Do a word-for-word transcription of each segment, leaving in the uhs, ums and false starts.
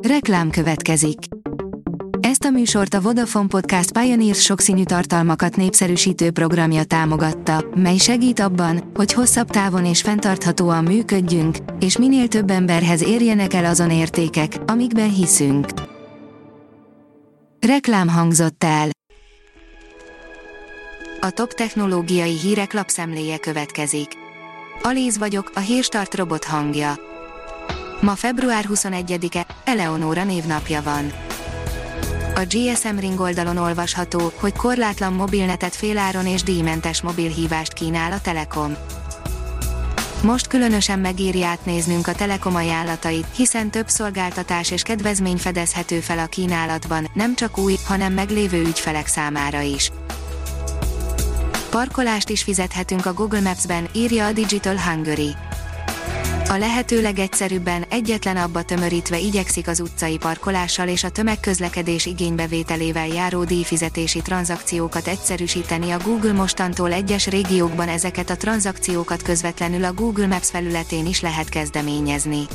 Reklám következik. Ezt a műsort a Vodafone Podcast Pioneers sokszínű tartalmakat népszerűsítő programja támogatta, mely segít abban, hogy hosszabb távon és fenntarthatóan működjünk, és minél több emberhez érjenek el azon értékek, amikben hiszünk. Reklám hangzott el. A top technológiai hírek lapszemléje következik. Alíz vagyok, a Hírstart robot hangja. Ma február huszonegyedike, Eleonóra névnapja van. A gé es em Ring oldalon olvasható, hogy korlátlan mobilnetet féláron és díjmentes mobilhívást kínál a Telekom. Most különösen megéri átnéznünk a Telekom ajánlatait, hiszen több szolgáltatás és kedvezmény fedezhető fel a kínálatban, nem csak új, hanem meglévő ügyfelek számára is. Parkolást is fizethetünk a Google Maps-ben, írja a Digital Hungary. A lehető legegyszerűbben, egyetlen abba tömörítve igyekszik az utcai parkolással és a tömegközlekedés igénybevételével járó díjfizetési tranzakciókat egyszerűsíteni a Google. Mostantól egyes régiókban ezeket a tranzakciókat közvetlenül a Google Maps felületén is lehet kezdeményezni.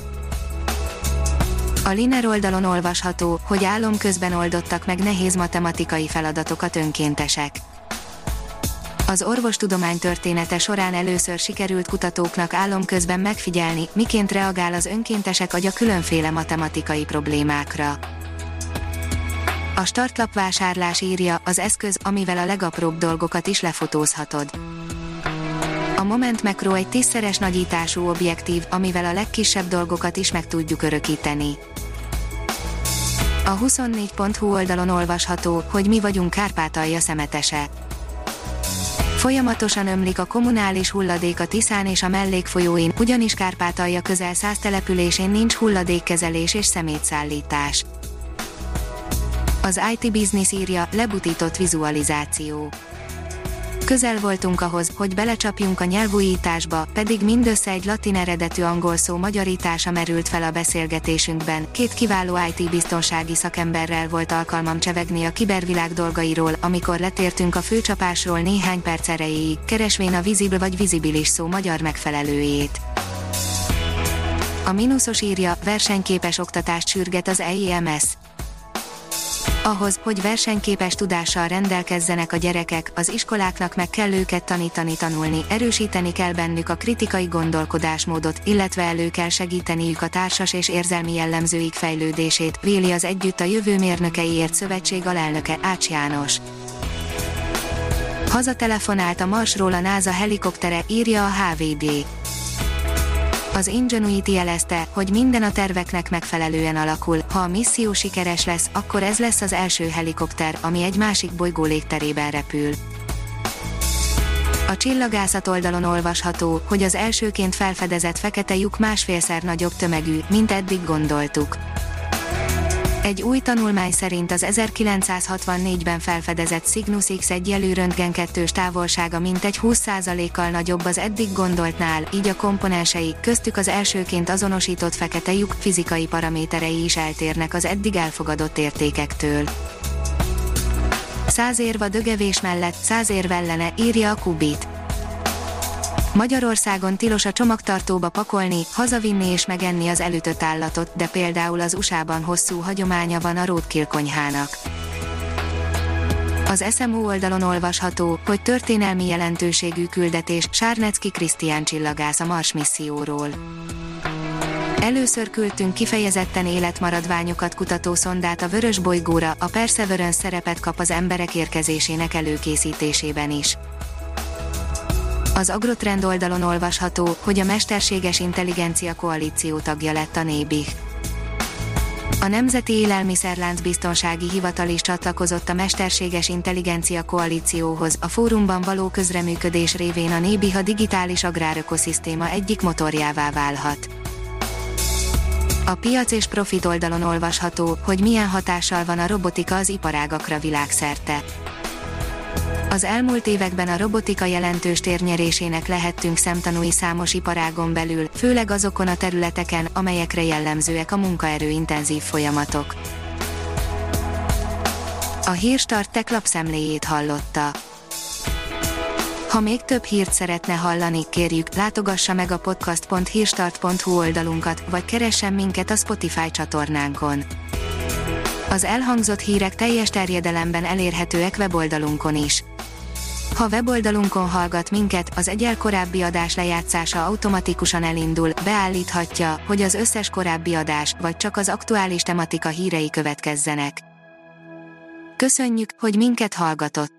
A Liner oldalon olvasható, hogy álom közben oldottak meg nehéz matematikai feladatokat önkéntesek. Az orvostudomány története során először sikerült kutatóknak álom közben megfigyelni, miként reagál az önkéntesek agya különféle matematikai problémákra. A startlap vásárlás írja, az eszköz, amivel a legapróbb dolgokat is lefotózhatod. A Moment Macro egy tízszeres nagyítású objektív, amivel a legkisebb dolgokat is meg tudjuk örökíteni. A huszonnégy pont hu oldalon olvasható, hogy mi vagyunk Kárpátalja szemetese. Folyamatosan ömlik a kommunális hulladék a Tiszán és a mellékfolyóin, ugyanis Kárpátalja közel száz településén nincs hulladékkezelés és szemétszállítás. Az i té Business írja, lebutított vizualizáció. Közel voltunk ahhoz, hogy belecsapjunk a nyelvújításba, pedig mindössze egy latin eredetű angol szó magyarítása merült fel a beszélgetésünkben. Két kiváló i té biztonsági szakemberrel volt alkalmam csevegni a kibervilág dolgairól, amikor letértünk a főcsapásról néhány perc erejéig, keresvén a visible vagy visibilis szó magyar megfelelőjét. A mínuszos írja, versenyképes oktatást sürget az e i em es. Ahhoz, hogy versenyképes tudással rendelkezzenek a gyerekek, az iskoláknak meg kell őket tanítani tanulni, erősíteni kell bennük a kritikai gondolkodásmódot, illetve elő kell segíteniük a társas és érzelmi jellemzőik fejlődését, véli az Együtt a Jövő Mérnökeiért Szövetség alelnöke, Ács János. Hazatelefonált a Marsról a NASA helikoptere, írja a há vé gé. Az Ingenuity jelezte, hogy minden a terveknek megfelelően alakul, ha a misszió sikeres lesz, akkor ez lesz az első helikopter, ami egy másik bolygó légterében repül. A csillagászat oldalon olvasható, hogy az elsőként felfedezett fekete lyuk másfélszer nagyobb tömegű, mint eddig gondoltuk. Egy új tanulmány szerint az ezerkilencszázhatvannégyben felfedezett Cygnus X egy jelű röntgen kettős távolsága mintegy húsz százalékkal nagyobb az eddig gondoltnál, így a komponensei, köztük az elsőként azonosított fekete lyuk fizikai paraméterei is eltérnek az eddig elfogadott értékektől. Száz érv a dögevés mellett, száz érv ellene, írja a Kubit. Magyarországon tilos a csomagtartóba pakolni, hazavinni és megenni az elütött állatot, de például az u es á-ban hosszú hagyománya van a roadkill konyhának. Az es em o oldalon olvasható, hogy történelmi jelentőségű küldetés, Sárnecki Krisztián csillagász a Mars misszióról. Először küldtünk kifejezetten életmaradványokat kutató szondát a vörös bolygóra, a Perseverance szerepet kap az emberek érkezésének előkészítésében is. Az Agrotrend oldalon olvasható, hogy a Mesterséges Intelligencia Koalíció tagja lett a Nébih. A Nemzeti Élelmiszerlánc Biztonsági Hivatal is csatlakozott a Mesterséges Intelligencia Koalícióhoz, a fórumban való közreműködés révén a Nébih a digitális agrárökoszisztéma egyik motorjává válhat. A piac és profit oldalon olvasható, hogy milyen hatással van a robotika az iparágakra világszerte. Az elmúlt években a robotika jelentős térnyerésének lehettünk szemtanúi számos iparágon belül, főleg azokon a területeken, amelyekre jellemzőek a munkaerő-intenzív folyamatok. A Hírstart Tech lapszemléjét hallotta. Ha még több hírt szeretne hallani, kérjük, látogassa meg a podcast pont hírstart pont hu oldalunkat, vagy keressen minket a Spotify csatornánkon. Az elhangzott hírek teljes terjedelemben elérhetőek weboldalunkon is. Ha weboldalunkon hallgat minket, az egyel korábbi adás lejátszása automatikusan elindul, beállíthatja, hogy az összes korábbi adás, vagy csak az aktuális tematika hírei következzenek. Köszönjük, hogy minket hallgatott!